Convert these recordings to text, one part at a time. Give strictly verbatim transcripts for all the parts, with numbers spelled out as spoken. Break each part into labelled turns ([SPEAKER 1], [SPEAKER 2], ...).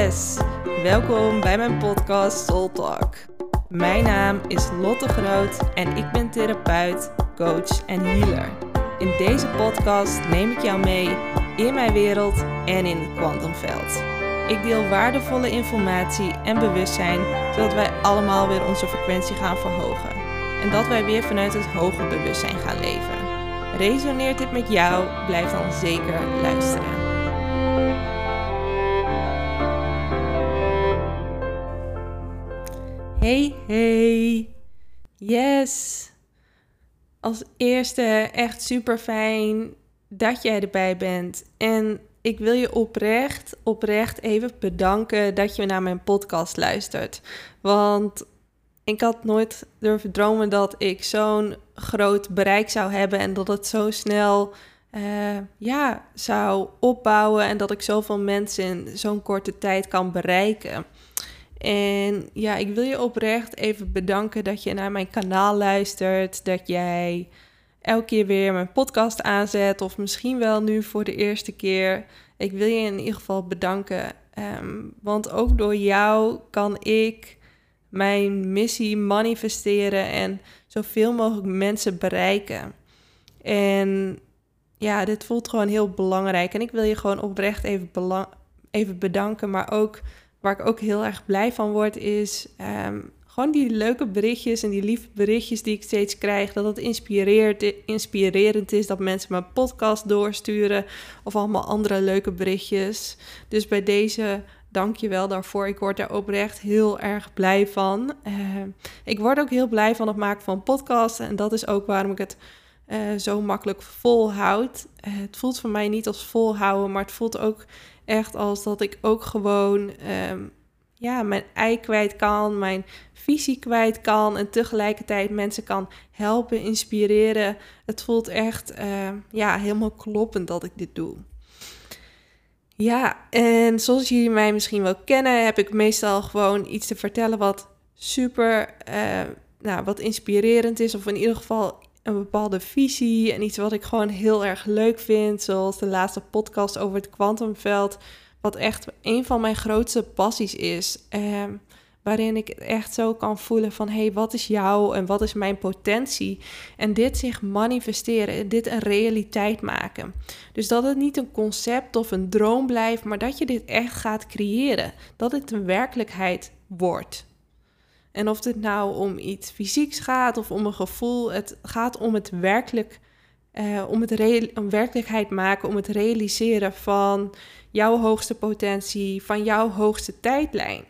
[SPEAKER 1] Yes, welkom bij mijn podcast Soul Talk. Mijn naam is Lotte Groot en ik ben therapeut, coach en healer. In deze podcast neem ik jou mee in mijn wereld en in het kwantumveld. Ik deel waardevolle informatie en bewustzijn, zodat wij allemaal weer onze frequentie gaan verhogen. En dat wij weer vanuit het hoger bewustzijn gaan leven. Resoneert dit met jou? Blijf dan zeker luisteren. Hey, hey. Yes. Als eerste echt super fijn dat jij erbij bent. En ik wil je oprecht, oprecht even bedanken dat je naar mijn podcast luistert. Want ik had nooit durven dromen dat ik zo'n groot bereik zou hebben en dat het zo snel uh, ja, zou opbouwen en dat ik zoveel mensen in zo'n korte tijd kan bereiken. En ja, ik wil je oprecht even bedanken dat je naar mijn kanaal luistert, dat jij elke keer weer mijn podcast aanzet of misschien wel nu voor de eerste keer. Ik wil je in ieder geval bedanken, um, want ook door jou kan ik mijn missie manifesteren en zoveel mogelijk mensen bereiken. En ja, dit voelt gewoon heel belangrijk. En ik wil je gewoon oprecht even, belang- even bedanken. Maar ook waar ik ook heel erg blij van word is um, gewoon die leuke berichtjes en die lieve berichtjes die ik steeds krijg. Dat het inspireert, inspirerend is dat mensen mijn podcast doorsturen of allemaal andere leuke berichtjes. Dus bij deze dank je wel daarvoor. Ik word daar oprecht heel erg blij van. Uh, ik word ook heel blij van het maken van podcasts. En dat is ook waarom ik het uh, zo makkelijk volhoud. Uh, het voelt voor mij niet als volhouden, maar het voelt ook echt als dat ik ook gewoon um, ja, mijn ei kwijt kan, mijn visie kwijt kan en tegelijkertijd mensen kan helpen, inspireren. Het voelt echt uh, ja, helemaal kloppend dat ik dit doe. Ja, en zoals jullie mij misschien wel kennen, heb ik meestal gewoon iets te vertellen wat super, uh, nou, wat inspirerend is. Of in ieder geval een bepaalde visie en iets wat ik gewoon heel erg leuk vind. Zoals de laatste podcast over het kwantumveld, wat echt een van mijn grootste passies is. Uh, waarin ik echt zo kan voelen van, hé, hey, wat is jou en wat is mijn potentie? En dit zich manifesteren, dit een realiteit maken. Dus dat het niet een concept of een droom blijft, maar dat je dit echt gaat creëren. Dat het een werkelijkheid wordt. En of het nou om iets fysieks gaat of om een gevoel, het gaat om het werkelijk, uh, om het re- om werkelijkheid maken, om het realiseren van jouw hoogste potentie, van jouw hoogste tijdlijn.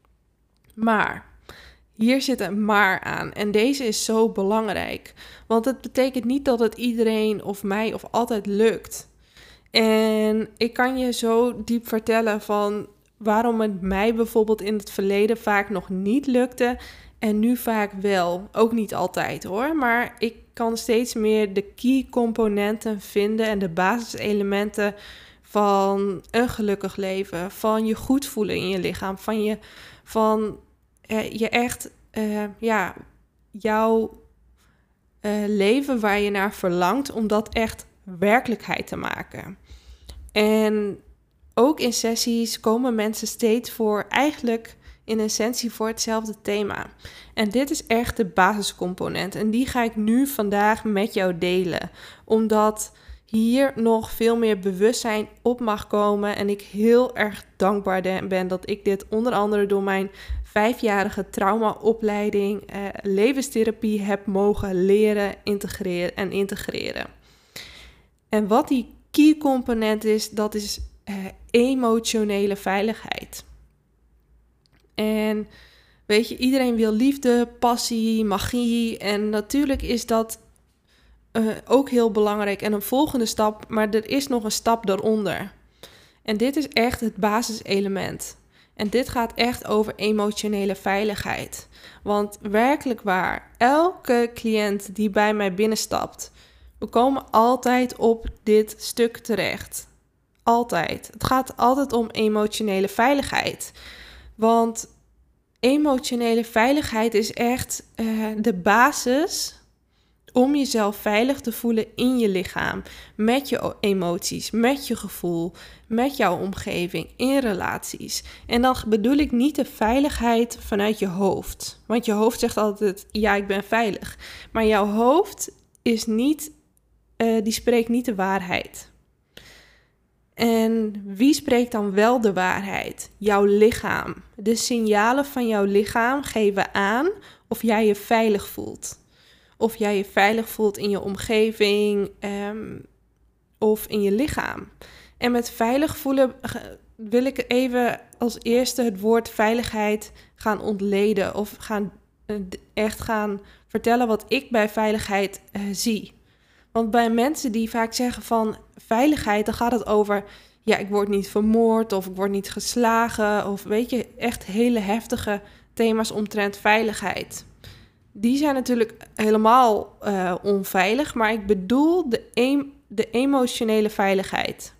[SPEAKER 1] Maar hier zit een maar aan en deze is zo belangrijk. Want het betekent niet dat het iedereen of mij of altijd lukt. En ik kan je zo diep vertellen van waarom het mij bijvoorbeeld in het verleden vaak nog niet lukte en nu vaak wel. Ook niet altijd hoor, maar ik kan steeds meer de key componenten vinden en de basiselementen van een gelukkig leven, van je goed voelen in je lichaam, van je, van, uh, je echt, uh, ja, jouw uh, leven waar je naar verlangt, om dat echt werkelijkheid te maken. En ook in sessies komen mensen steeds voor, eigenlijk in essentie voor hetzelfde thema. En dit is echt de basiscomponent en die ga ik nu vandaag met jou delen, omdat hier nog veel meer bewustzijn op mag komen en ik heel erg dankbaar ben dat ik dit onder andere door mijn vijfjarige traumaopleiding eh, levenstherapie heb mogen leren integreren en integreren. En wat die key component is, dat is eh, emotionele veiligheid. En weet je, iedereen wil liefde, passie, magie en natuurlijk is dat Uh, ook heel belangrijk en een volgende stap, maar er is nog een stap daaronder. En dit is echt het basiselement. En dit gaat echt over emotionele veiligheid. Want werkelijk waar, elke cliënt die bij mij binnenstapt, we komen altijd op dit stuk terecht. Altijd. Het gaat altijd om emotionele veiligheid. Want emotionele veiligheid is echt uh, de basis Om jezelf veilig te voelen in je lichaam, met je emoties, met je gevoel, met jouw omgeving, in relaties. En dan bedoel ik niet de veiligheid vanuit je hoofd. Want je hoofd zegt altijd, ja, ik ben veilig. Maar jouw hoofd is niet, uh, die spreekt niet de waarheid. En wie spreekt dan wel de waarheid? Jouw lichaam. De signalen van jouw lichaam geven aan of jij je veilig voelt. Of jij je veilig voelt in je omgeving um, of in je lichaam. En met veilig voelen wil ik even als eerste het woord veiligheid gaan ontleden. Of gaan, echt gaan vertellen wat ik bij veiligheid uh, zie. Want bij mensen die vaak zeggen van veiligheid, dan gaat het over, ja, ik word niet vermoord of ik word niet geslagen. Of weet je, echt hele heftige thema's omtrent veiligheid. Die zijn natuurlijk helemaal uh, onveilig, maar ik bedoel de, em- de emotionele veiligheid.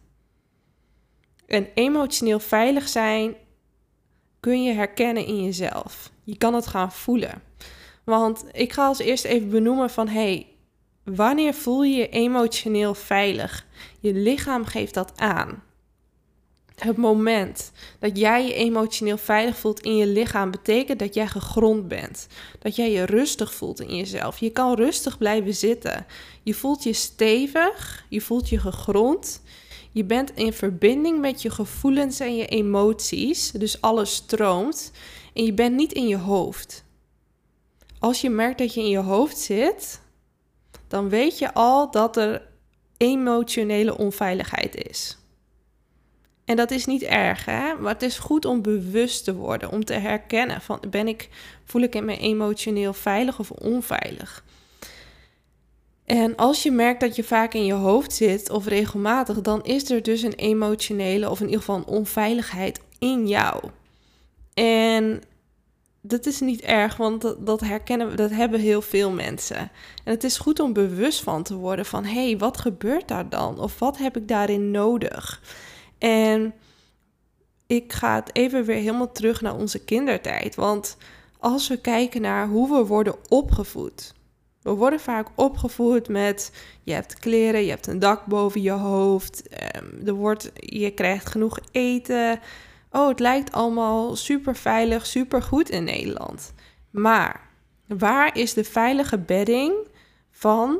[SPEAKER 1] En emotioneel veilig zijn kun je herkennen in jezelf. Je kan het gaan voelen. Want ik ga als eerst even benoemen van, hey, wanneer voel je je emotioneel veilig? Je lichaam geeft dat aan. Het moment dat jij je emotioneel veilig voelt in je lichaam betekent dat jij gegrond bent. Dat jij je rustig voelt in jezelf. Je kan rustig blijven zitten. Je voelt je stevig, je voelt je gegrond. Je bent in verbinding met je gevoelens en je emoties. Dus alles stroomt. En je bent niet in je hoofd. Als je merkt dat je in je hoofd zit, dan weet je al dat er emotionele onveiligheid is. En dat is niet erg, hè? Maar het is goed om bewust te worden, om te herkennen van, ben ik, voel ik me emotioneel veilig of onveilig? En als je merkt dat je vaak in je hoofd zit of regelmatig, dan is er dus een emotionele of in ieder geval een onveiligheid in jou. En dat is niet erg, want dat, dat herkennen we, dat hebben heel veel mensen. En het is goed om bewust van te worden van, hé, hey, wat gebeurt daar dan? Of wat heb ik daarin nodig? En ik ga het even weer helemaal terug naar onze kindertijd. Want als we kijken naar hoe we worden opgevoed. We worden vaak opgevoed met, je hebt kleren, je hebt een dak boven je hoofd. Um, er wordt, je krijgt genoeg eten. Oh, het lijkt allemaal super veilig, super goed in Nederland. Maar waar is de veilige bedding van...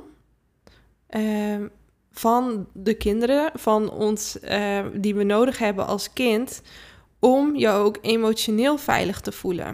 [SPEAKER 1] Um, van de kinderen, van ons, uh, die we nodig hebben als kind, om je ook emotioneel veilig te voelen.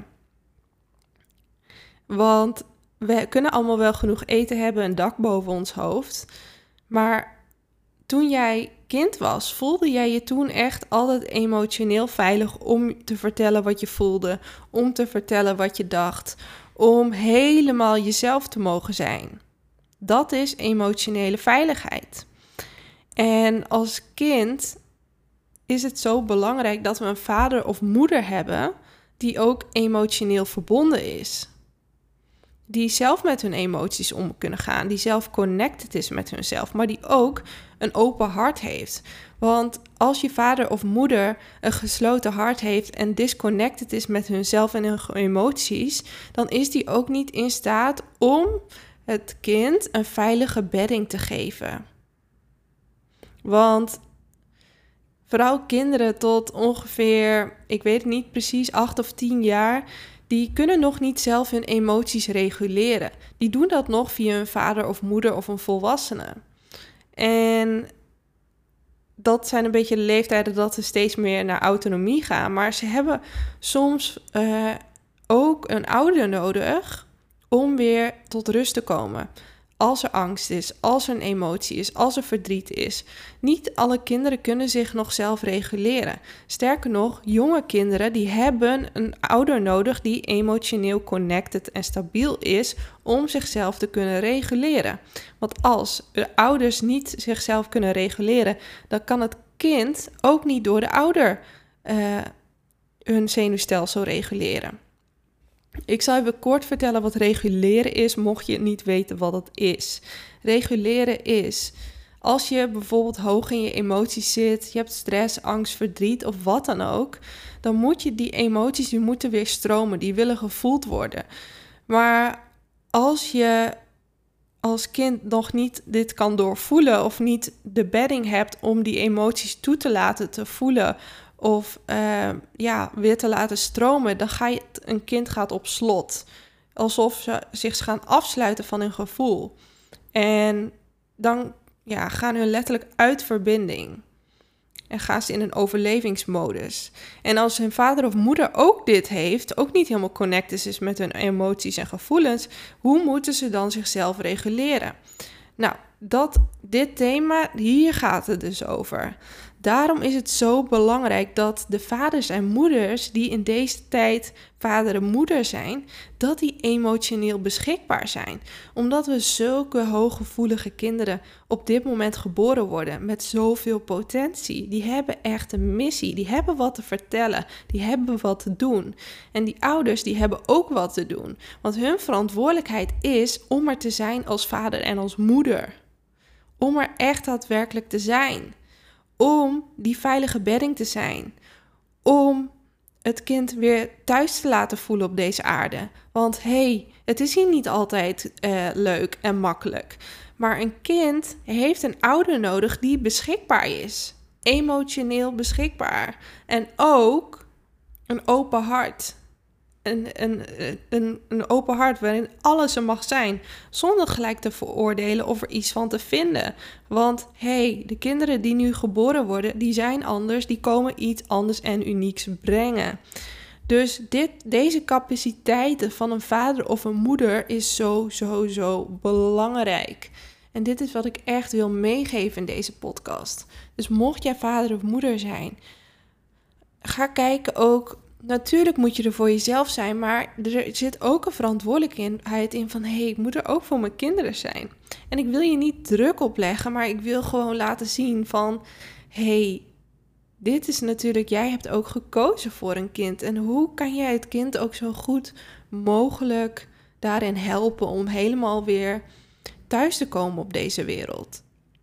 [SPEAKER 1] Want we kunnen allemaal wel genoeg eten hebben, een dak boven ons hoofd. Maar toen jij kind was, voelde jij je toen echt altijd emotioneel veilig om te vertellen wat je voelde, om te vertellen wat je dacht, om helemaal jezelf te mogen zijn. Dat is emotionele veiligheid. En als kind is het zo belangrijk dat we een vader of moeder hebben die ook emotioneel verbonden is. Die zelf met hun emoties om kunnen gaan, die zelf connected is met hunzelf, maar die ook een open hart heeft. Want als je vader of moeder een gesloten hart heeft en disconnected is met hunzelf en hun emoties, dan is die ook niet in staat om het kind een veilige bedding te geven. Want vooral kinderen tot ongeveer, ik weet het niet precies, acht of tien jaar, die kunnen nog niet zelf hun emoties reguleren. Die doen dat nog via een vader of moeder of een volwassene. En dat zijn een beetje de leeftijden dat ze steeds meer naar autonomie gaan. Maar ze hebben soms uh, ook een ouder nodig om weer tot rust te komen. Als er angst is, als er een emotie is, als er verdriet is. Niet alle kinderen kunnen zich nog zelf reguleren. Sterker nog, jonge kinderen die hebben een ouder nodig die emotioneel connected en stabiel is om zichzelf te kunnen reguleren. Want als de ouders niet zichzelf kunnen reguleren, dan kan het kind ook niet door de ouder uh, hun zenuwstelsel reguleren. Ik zal even kort vertellen wat reguleren is, mocht je niet weten wat het is. Reguleren is, als je bijvoorbeeld hoog in je emoties zit, je hebt stress, angst, verdriet of wat dan ook, dan moet je die emoties, die moeten weer stromen, die willen gevoeld worden. Maar als je, als kind nog niet dit kan doorvoelen of niet de bedding hebt om die emoties toe te laten te voelen of uh, ja, weer te laten stromen, dan ga je, een kind gaat op slot. Alsof ze zich gaan afsluiten van hun gevoel. En dan ja, gaan hun letterlijk uit verbinding. En gaan ze in een overlevingsmodus. En als hun vader of moeder ook dit heeft, ook niet helemaal connected is met hun emoties en gevoelens, hoe moeten ze dan zichzelf reguleren? Nou, dat, dit thema, hier gaat het dus over. Daarom is het zo belangrijk dat de vaders en moeders die in deze tijd vader en moeder zijn, dat die emotioneel beschikbaar zijn. Omdat we zulke hooggevoelige kinderen op dit moment geboren worden met zoveel potentie. Die hebben echt een missie, die hebben wat te vertellen, die hebben wat te doen. En die ouders die hebben ook wat te doen. Want hun verantwoordelijkheid is om er te zijn als vader en als moeder. Om er echt daadwerkelijk te zijn. Om die veilige bedding te zijn. Om het kind weer thuis te laten voelen op deze aarde. Want hé, hey, het is hier niet altijd uh, leuk en makkelijk. Maar een kind heeft een ouder nodig die beschikbaar is. Emotioneel beschikbaar. En ook een open hart. Een, een, een, een open hart waarin alles er mag zijn. Zonder gelijk te veroordelen of er iets van te vinden. Want hé, hey, de kinderen die nu geboren worden, die zijn anders. Die komen iets anders en unieks brengen. Dus dit, deze capaciteiten van een vader of een moeder is zo, zo, zo belangrijk. En dit is wat ik echt wil meegeven in deze podcast. Dus mocht jij vader of moeder zijn, ga kijken ook. Natuurlijk moet je er voor jezelf zijn, maar er zit ook een verantwoordelijkheid in van, hé, hey, ik moet er ook voor mijn kinderen zijn. En ik wil je niet druk opleggen, maar ik wil gewoon laten zien van, hé, hey, dit is natuurlijk, jij hebt ook gekozen voor een kind. En hoe kan jij het kind ook zo goed mogelijk daarin helpen om helemaal weer thuis te komen op deze wereld?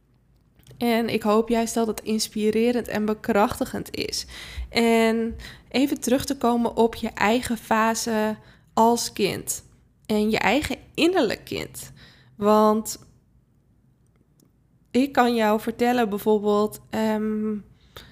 [SPEAKER 1] En ik hoop juist dat het inspirerend en bekrachtigend is. En even terug te komen op je eigen fase als kind. En je eigen innerlijk kind. Want ik kan jou vertellen bijvoorbeeld, um,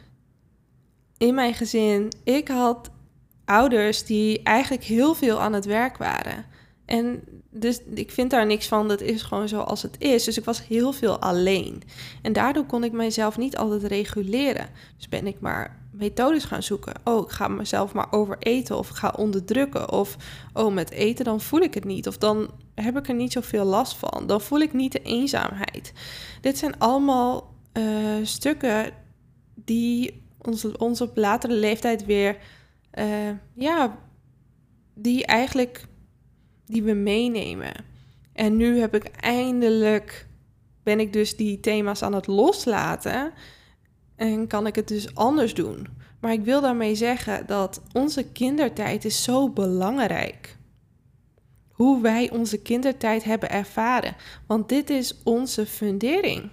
[SPEAKER 1] in mijn gezin, ik had ouders die eigenlijk heel veel aan het werk waren. En dus ik vind daar niks van, dat is gewoon zoals het is. Dus ik was heel veel alleen. En daardoor kon ik mezelf niet altijd reguleren. Dus ben ik maar methodes gaan zoeken. Oh, ik ga mezelf maar overeten of ik ga onderdrukken. Of, oh, met eten dan voel ik het niet. Of dan heb ik er niet zoveel last van. Dan voel ik niet de eenzaamheid. Dit zijn allemaal uh, stukken die ons, ons op latere leeftijd weer, uh, ja, die eigenlijk, die we meenemen. En nu heb ik eindelijk, ben ik dus die thema's aan het loslaten en kan ik het dus anders doen. Maar ik wil daarmee zeggen dat onze kindertijd is zo belangrijk. Hoe wij onze kindertijd hebben ervaren. Want dit is onze fundering.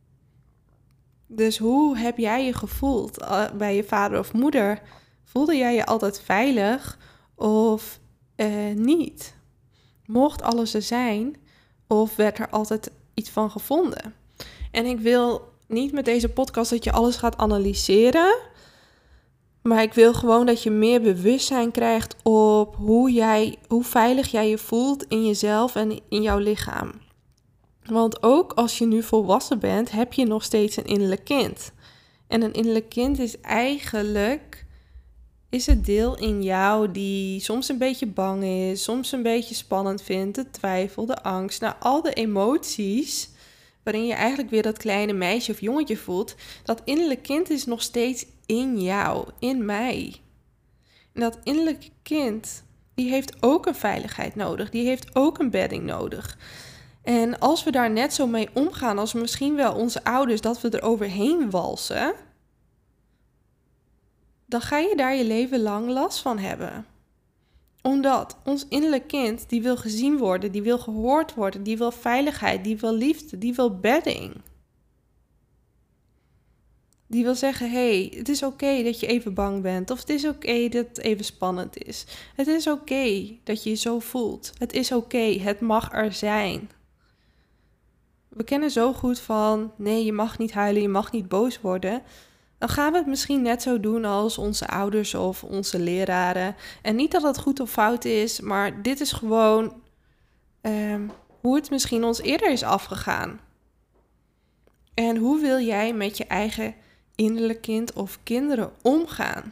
[SPEAKER 1] Dus hoe heb jij je gevoeld bij je vader of moeder? Voelde jij je altijd veilig of uh, niet? Mocht alles er zijn of werd er altijd iets van gevonden? En ik wil niet met deze podcast dat je alles gaat analyseren. Maar ik wil gewoon dat je meer bewustzijn krijgt op hoe, jij, hoe veilig jij je voelt in jezelf en in jouw lichaam. Want ook als je nu volwassen bent, heb je nog steeds een innerlijk kind. En een innerlijk kind is eigenlijk, is het deel in jou die soms een beetje bang is, soms een beetje spannend vindt, de twijfel, de angst. Nou, al de emoties waarin je eigenlijk weer dat kleine meisje of jongetje voelt, dat innerlijk kind is nog steeds in jou, in mij. En dat innerlijke kind, die heeft ook een veiligheid nodig, die heeft ook een bedding nodig. En als we daar net zo mee omgaan als misschien wel onze ouders, dat we er overheen walsen, dan ga je daar je leven lang last van hebben. Omdat ons innerlijk kind, die wil gezien worden, die wil gehoord worden, die wil veiligheid, die wil liefde, die wil bedding. Die wil zeggen, hé, hey, het is oké okay dat je even bang bent. Of het is oké okay dat het even spannend is. Het is oké okay dat je je zo voelt. Het is oké, okay, het mag er zijn. we kennen zo goed van, nee, je mag niet huilen, je mag niet boos worden. Dan gaan we het misschien net zo doen als onze ouders of onze leraren. En niet dat het goed of fout is, maar dit is gewoon um, hoe het misschien ons eerder is afgegaan. En hoe wil jij met je eigen innerlijk kind of kinderen omgaan?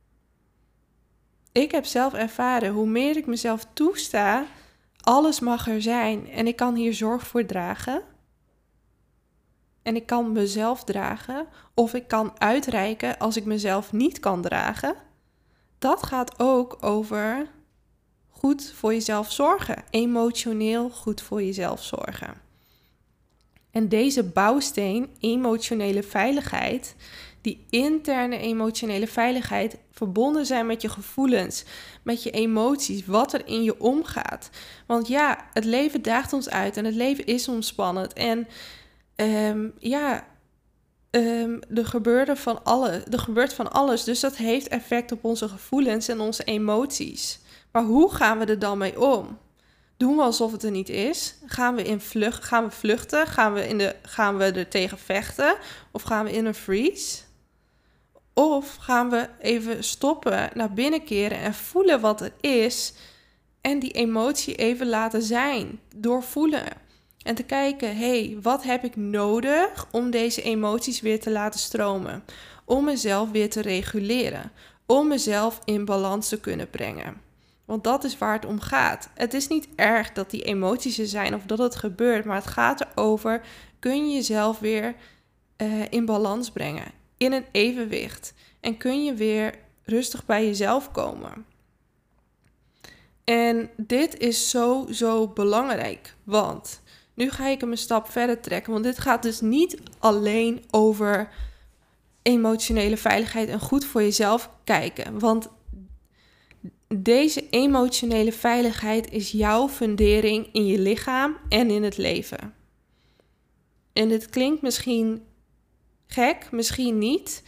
[SPEAKER 1] Ik heb zelf ervaren, hoe meer ik mezelf toesta, alles mag er zijn en ik kan hier zorg voor dragen. En ik kan mezelf dragen of ik kan uitreiken als ik mezelf niet kan dragen. Dat gaat ook over goed voor jezelf zorgen. Emotioneel goed voor jezelf zorgen. En deze bouwsteen, emotionele veiligheid, die interne emotionele veiligheid, verbonden zijn met je gevoelens, met je emoties, wat er in je omgaat. Want ja, het leven daagt ons uit en het leven is soms spannend. En um, ja, um, er, gebeurde van alle, er gebeurt van alles, dus dat heeft effect op onze gevoelens en onze emoties. Maar hoe gaan we er dan mee om? Doen we alsof het er niet is? Gaan we, in vlucht, gaan we vluchten? Gaan we, in de, gaan we er tegen vechten? Of gaan we in een freeze? Of gaan we even stoppen, naar binnen keren en voelen wat er is en die emotie even laten zijn, doorvoelen. En te kijken, hé, hey, wat heb ik nodig om deze emoties weer te laten stromen? Om mezelf weer te reguleren, om mezelf in balans te kunnen brengen. Want dat is waar het om gaat. Het is niet erg dat die emoties er zijn of dat het gebeurt, maar het gaat erover, kun je jezelf weer uh, in balans brengen, in een evenwicht. En kun je weer rustig bij jezelf komen. En dit is zo, zo belangrijk, want nu ga ik hem een stap verder trekken, want dit gaat dus niet alleen over emotionele veiligheid en goed voor jezelf kijken, want deze emotionele veiligheid is jouw fundering in je lichaam en in het leven. En dit klinkt misschien gek, misschien niet.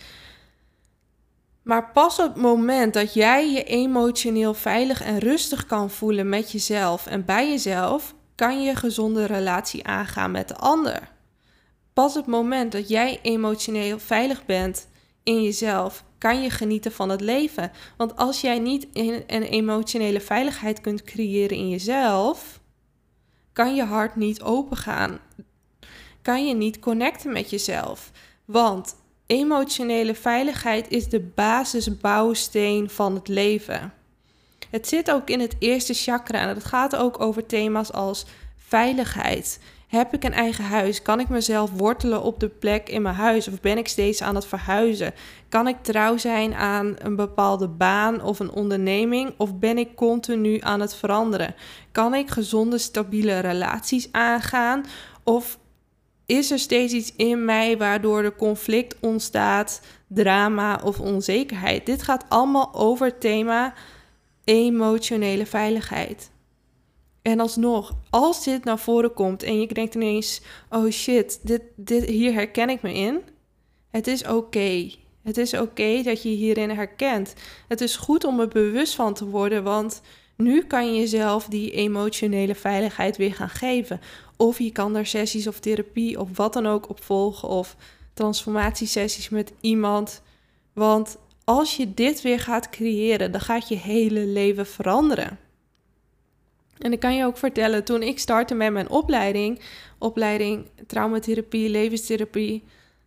[SPEAKER 1] Maar pas op het moment dat jij je emotioneel veilig en rustig kan voelen met jezelf en bij jezelf, kan je een gezonde relatie aangaan met de ander. Pas op het moment dat jij emotioneel veilig bent in jezelf, kan je genieten van het leven. Want als jij niet een emotionele veiligheid kunt creëren in jezelf, kan je hart niet opengaan. Kan je niet connecten met jezelf. Want emotionele veiligheid is de basisbouwsteen van het leven. Het zit ook in het eerste chakra en het gaat ook over thema's als veiligheid. Heb ik een eigen huis? Kan ik mezelf wortelen op de plek in mijn huis? Of ben ik steeds aan het verhuizen? Kan ik trouw zijn aan een bepaalde baan of een onderneming? Of ben ik continu aan het veranderen? Kan ik gezonde, stabiele relaties aangaan? Of is er steeds iets in mij waardoor er conflict ontstaat, drama of onzekerheid? Dit gaat allemaal over het thema emotionele veiligheid. En alsnog, als dit naar voren komt en je denkt ineens, oh shit, dit, dit, hier herken ik me in. Het is oké. Okay. Het is oké okay dat je hierin herkent. Het is goed om er bewust van te worden, want nu kan je jezelf die emotionele veiligheid weer gaan geven. Of je kan er sessies of therapie of wat dan ook op volgen of transformatiesessies met iemand. Want als je dit weer gaat creëren, dan gaat je hele leven veranderen. En ik kan je ook vertellen, toen ik startte met mijn opleiding, opleiding traumatherapie, levenstherapie,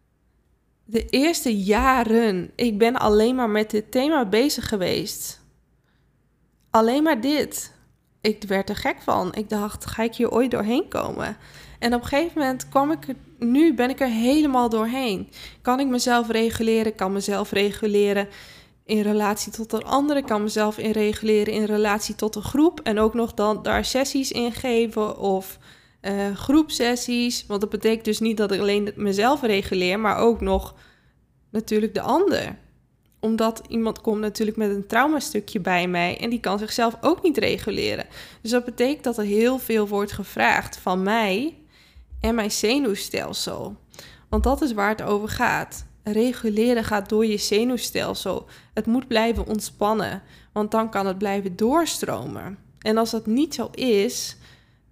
[SPEAKER 1] de eerste jaren, ik ben alleen maar met dit thema bezig geweest. Alleen maar dit. Ik werd er gek van. Ik dacht, ga ik hier ooit doorheen komen? En op een gegeven moment kwam ik er, nu ben ik er helemaal doorheen. Kan ik mezelf reguleren? Kan mezelf reguleren in relatie tot een ander. Ik kan mezelf in reguleren in relatie tot een groep. En ook nog dan daar sessies in geven of uh, groepsessies. Want dat betekent dus niet dat ik alleen mezelf reguleer, maar ook nog natuurlijk de ander. Omdat iemand komt natuurlijk met een traumastukje bij mij en die kan zichzelf ook niet reguleren. Dus dat betekent dat er heel veel wordt gevraagd van mij en mijn zenuwstelsel. Want dat is waar het over gaat. Reguleren gaat door je zenuwstelsel. Het moet blijven ontspannen, want dan kan het blijven doorstromen. En als dat niet zo is,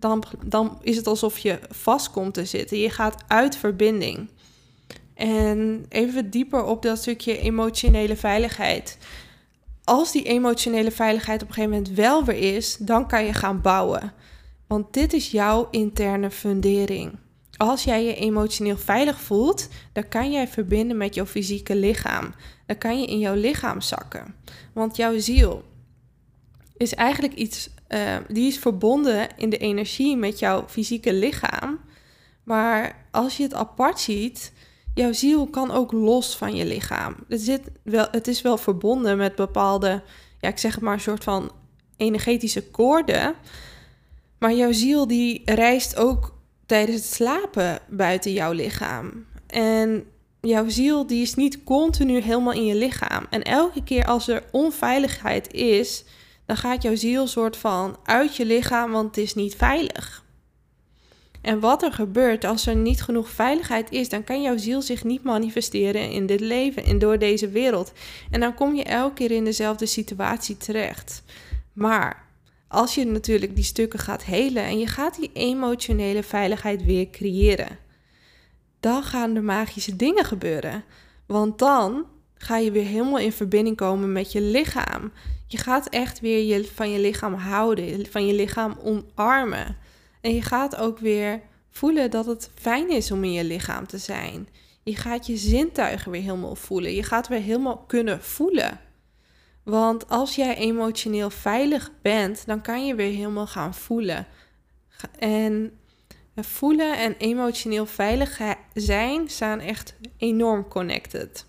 [SPEAKER 1] dan, dan is het alsof je vast komt te zitten. Je gaat uit verbinding. En even dieper op dat stukje emotionele veiligheid. Als die emotionele veiligheid op een gegeven moment wel weer is, dan kan je gaan bouwen. Want dit is jouw interne fundering. Als jij je emotioneel veilig voelt, dan kan jij verbinden met jouw fysieke lichaam. Dan kan je in jouw lichaam zakken. Want jouw ziel is eigenlijk iets, uh, die is verbonden in de energie met jouw fysieke lichaam. Maar als je het apart ziet, jouw ziel kan ook los van je lichaam. Het, zit wel, het is wel verbonden met bepaalde, ja, ik zeg het maar, een soort van energetische koorden. Maar jouw ziel die reist ook tijdens het slapen buiten jouw lichaam. En jouw ziel die is niet continu helemaal in je lichaam. En elke keer als er onveiligheid is, dan gaat jouw ziel soort van uit je lichaam, want het is niet veilig. En wat er gebeurt als er niet genoeg veiligheid is, dan kan jouw ziel zich niet manifesteren in dit leven en door deze wereld. En dan kom je elke keer in dezelfde situatie terecht. Maar als je natuurlijk die stukken gaat helen en je gaat die emotionele veiligheid weer creëren, dan gaan er magische dingen gebeuren. Want dan ga je weer helemaal in verbinding komen met je lichaam. Je gaat echt weer je, van je lichaam houden, van je lichaam omarmen. En je gaat ook weer voelen dat het fijn is om in je lichaam te zijn. Je gaat je zintuigen weer helemaal voelen. Je gaat weer helemaal kunnen voelen. Want als jij emotioneel veilig bent, dan kan je weer helemaal gaan voelen. En voelen en emotioneel veilig zijn staan echt enorm connected.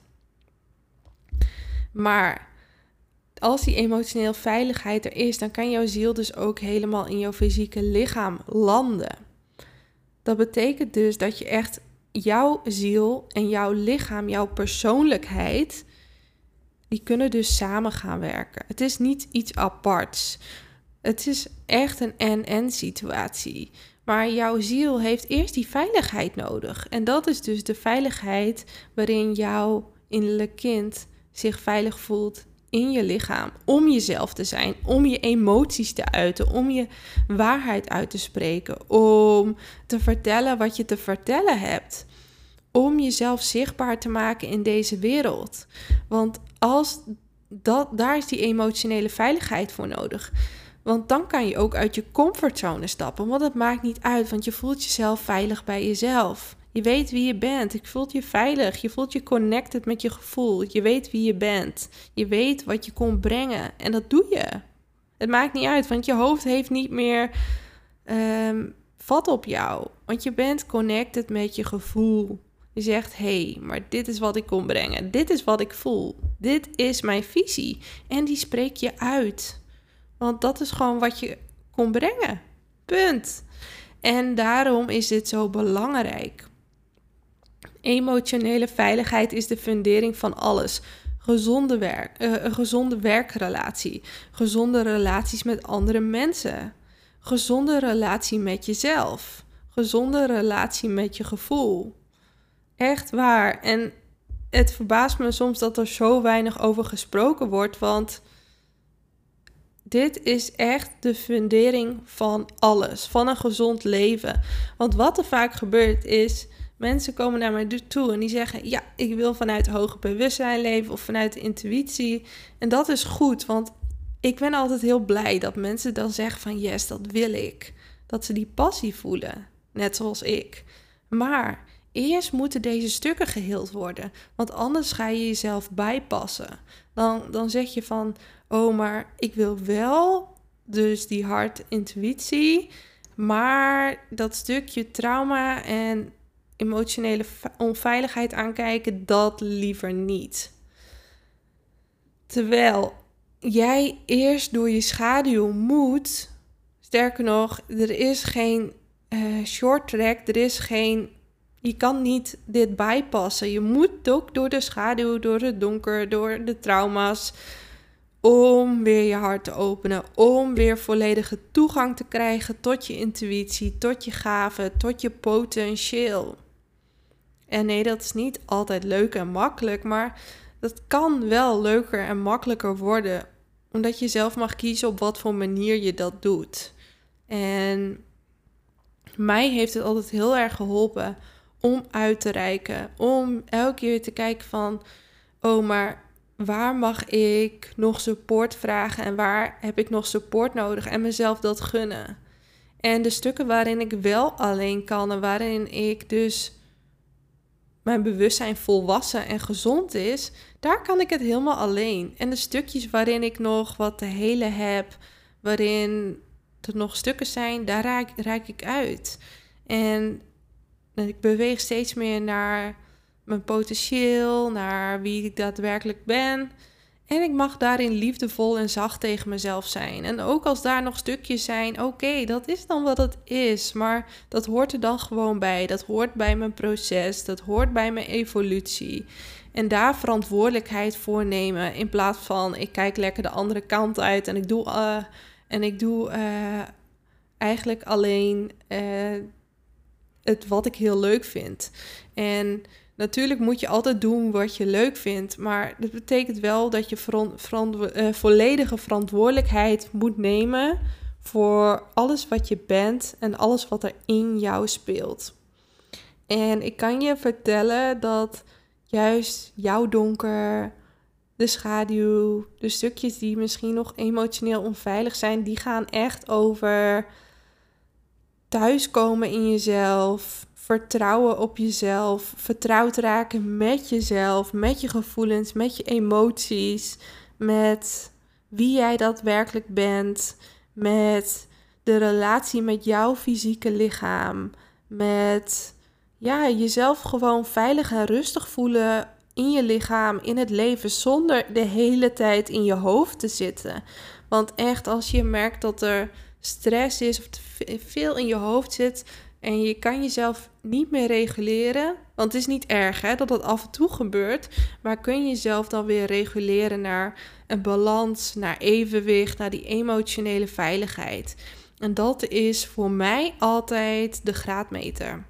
[SPEAKER 1] Maar als die emotionele veiligheid er is, dan kan jouw ziel dus ook helemaal in jouw fysieke lichaam landen. Dat betekent dus dat je echt jouw ziel en jouw lichaam, jouw persoonlijkheid, die kunnen dus samen gaan werken. Het is niet iets aparts. Het is echt een en-en situatie. Maar jouw ziel heeft eerst die veiligheid nodig. En dat is dus de veiligheid waarin jouw innerlijk kind zich veilig voelt in je lichaam. Om jezelf te zijn, om je emoties te uiten, om je waarheid uit te spreken. Om te vertellen wat je te vertellen hebt. Om jezelf zichtbaar te maken in deze wereld. Want als dat, daar is die emotionele veiligheid voor nodig. Want dan kan je ook uit je comfortzone stappen. Want het maakt niet uit, want je voelt jezelf veilig bij jezelf. Je weet wie je bent. Je voelt je veilig. Je voelt je connected met je gevoel. Je weet wie je bent. Je weet wat je kon brengen. En dat doe je. Het maakt niet uit, want je hoofd heeft niet meer um, vat op jou. Want je bent connected met je gevoel. Je zegt, hé, hey, maar dit is wat ik kon brengen. Dit is wat ik voel. Dit is mijn visie. En die spreek je uit. Want dat is gewoon wat je kon brengen. Punt. En daarom is dit zo belangrijk. Emotionele veiligheid is de fundering van alles. Gezonde werk, uh, een gezonde werkrelatie. Gezonde relaties met andere mensen. Gezonde relatie met jezelf. Gezonde relatie met je gevoel. Echt waar. En het verbaast me soms dat er zo weinig over gesproken wordt, want dit is echt de fundering van alles, van een gezond leven. Want wat er vaak gebeurt is, mensen komen naar mij toe en die zeggen, ja, ik wil vanuit hoger bewustzijn leven of vanuit de intuïtie. En dat is goed, want ik ben altijd heel blij dat mensen dan zeggen van, yes, dat wil ik. Dat ze die passie voelen, net zoals ik. Maar eerst moeten deze stukken geheeld worden, want anders ga je jezelf bijpassen. Dan, dan zeg je van, oh, maar ik wil wel dus die hart-intuïtie, maar dat stukje trauma en emotionele onveiligheid aankijken, dat liever niet. Terwijl jij eerst door je schaduw moet, sterker nog, er is geen uh, short track, er is geen, je kan niet dit bijpassen. Je moet ook door de schaduw, door het donker, door de trauma's, om weer je hart te openen, om weer volledige toegang te krijgen tot je intuïtie, tot je gaven, tot je potentieel. En nee, dat is niet altijd leuk en makkelijk, maar dat kan wel leuker en makkelijker worden, omdat je zelf mag kiezen op wat voor manier je dat doet. En mij heeft het altijd heel erg geholpen om uit te reiken. Om elke keer te kijken van, oh, maar waar mag ik nog support vragen en waar heb ik nog support nodig en mezelf dat gunnen. En de stukken waarin ik wel alleen kan en waarin ik dus mijn bewustzijn volwassen en gezond is, daar kan ik het helemaal alleen. En de stukjes waarin ik nog wat te helen heb, waarin er nog stukken zijn, daar raak, raak ik uit. En ik beweeg steeds meer naar mijn potentieel, naar wie ik daadwerkelijk ben. En ik mag daarin liefdevol en zacht tegen mezelf zijn. En ook als daar nog stukjes zijn, oké, okay, dat is dan wat het is. Maar dat hoort er dan gewoon bij. Dat hoort bij mijn proces. Dat hoort bij mijn evolutie. En daar verantwoordelijkheid voor nemen. In plaats van, ik kijk lekker de andere kant uit. En ik doe, uh, en ik doe uh, eigenlijk alleen uh, het wat ik heel leuk vind. En natuurlijk moet je altijd doen wat je leuk vindt, maar dat betekent wel dat je veron- verantwo- uh, volledige verantwoordelijkheid moet nemen voor alles wat je bent en alles wat er in jou speelt. En ik kan je vertellen dat juist jouw donker, de schaduw, de stukjes die misschien nog emotioneel onveilig zijn, die gaan echt over thuiskomen in jezelf, vertrouwen op jezelf, vertrouwd raken met jezelf, met je gevoelens, met je emoties, met wie jij daadwerkelijk bent, met de relatie met jouw fysieke lichaam, met ja, jezelf gewoon veilig en rustig voelen in je lichaam, in het leven, zonder de hele tijd in je hoofd te zitten. Want echt, als je merkt dat er stress is of te veel in je hoofd zit en je kan jezelf niet meer reguleren, want het is niet erg hè, dat dat af en toe gebeurt, maar kun je jezelf dan weer reguleren naar een balans, naar evenwicht, naar die emotionele veiligheid. En dat is voor mij altijd de graadmeter.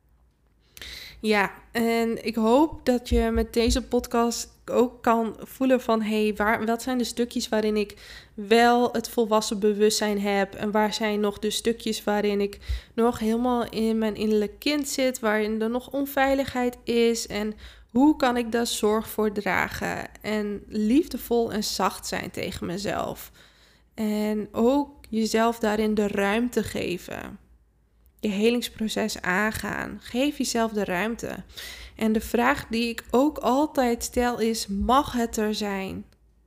[SPEAKER 1] Ja, en ik hoop dat je met deze podcast ook kan voelen van, hé, hey, waar, wat zijn de stukjes waarin ik wel het volwassen bewustzijn heb en waar zijn nog de stukjes waarin ik nog helemaal in mijn innerlijk kind zit, waarin er nog onveiligheid is en hoe kan ik daar zorg voor dragen en liefdevol en zacht zijn tegen mezelf. En ook jezelf daarin de ruimte geven. Je helingsproces aangaan. Geef jezelf de ruimte. En de vraag die ik ook altijd stel is, mag het er zijn?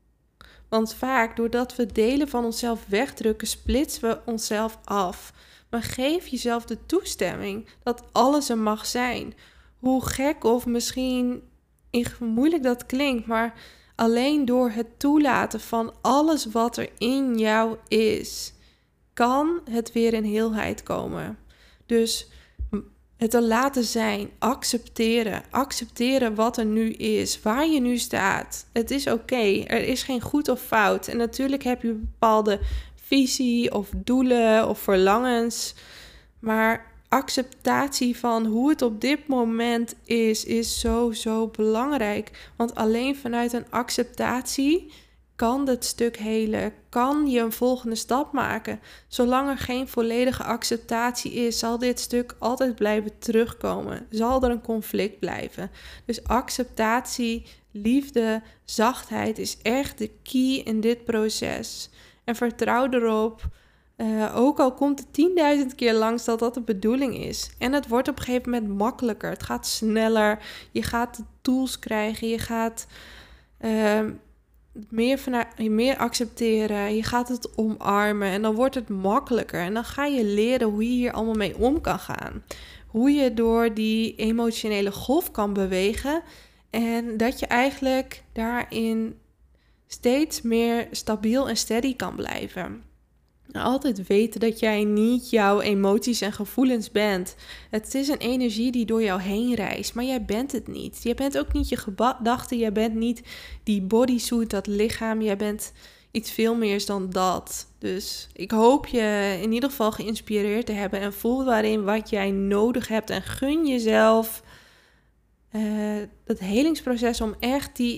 [SPEAKER 1] Want vaak, doordat we delen van onszelf wegdrukken, splitsen we onszelf af. Maar geef jezelf de toestemming dat alles er mag zijn. Hoe gek of misschien moeilijk dat klinkt, maar alleen door het toelaten van alles wat er in jou is, kan het weer in heelheid komen. Dus het er laten zijn, accepteren, accepteren wat er nu is, waar je nu staat. Het is oké, okay. Er is geen goed of fout. En natuurlijk heb je een bepaalde visie of doelen of verlangens, maar acceptatie van hoe het op dit moment is, is zo, zo belangrijk. Want alleen vanuit een acceptatie kan dit stuk helen, kan je een volgende stap maken. Zolang er geen volledige acceptatie is, zal dit stuk altijd blijven terugkomen. Zal er een conflict blijven. Dus acceptatie, liefde, zachtheid is echt de key in dit proces. En vertrouw erop, uh, ook al komt het tienduizend keer langs, dat dat de bedoeling is. En het wordt op een gegeven moment makkelijker. Het gaat sneller. Je gaat de tools krijgen. Je gaat Uh, Meer, vanuit, meer accepteren, je gaat het omarmen en dan wordt het makkelijker. En dan ga je leren hoe je hier allemaal mee om kan gaan. Hoe je door die emotionele golf kan bewegen en dat je eigenlijk daarin steeds meer stabiel en steady kan blijven. Altijd weten dat jij niet jouw emoties en gevoelens bent. Het is een energie die door jou heen reist, maar jij bent het niet. Jij bent ook niet je gedachten, jij bent niet die bodysuit, dat lichaam. Jij bent iets veel meer dan dat. Dus ik hoop je in ieder geval geïnspireerd te hebben en voel daarin wat jij nodig hebt. En gun jezelf uh, dat helingsproces om echt die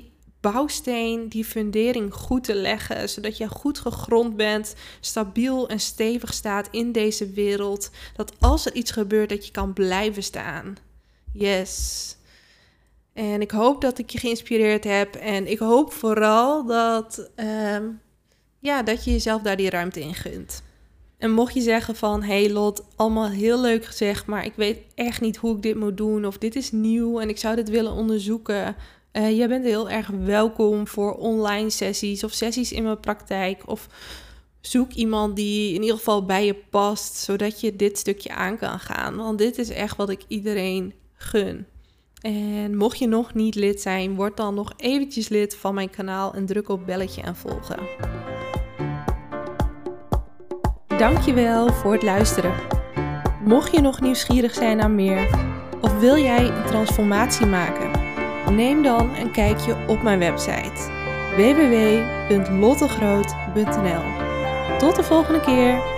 [SPEAKER 1] bouwsteen, die fundering goed te leggen, zodat je goed gegrond bent, stabiel en stevig staat in deze wereld, dat als er iets gebeurt, dat je kan blijven staan. Yes. En ik hoop dat ik je geïnspireerd heb en ik hoop vooral dat, um, ja, dat je jezelf daar die ruimte in gunt. En mocht je zeggen van, hey Lot, allemaal heel leuk gezegd, maar ik weet echt niet hoe ik dit moet doen of dit is nieuw en ik zou dit willen onderzoeken. Uh, jij bent heel erg welkom voor online sessies of sessies in mijn praktijk of zoek iemand die in ieder geval bij je past, zodat je dit stukje aan kan gaan. Want dit is echt wat ik iedereen gun. En mocht je nog niet lid zijn, word dan nog eventjes lid van mijn kanaal en druk op belletje en volgen. Dankjewel voor het luisteren. Mocht je nog nieuwsgierig zijn naar meer of wil jij een transformatie maken, neem dan een kijkje op mijn website w w w punt lottegroot punt n l. Tot de volgende keer!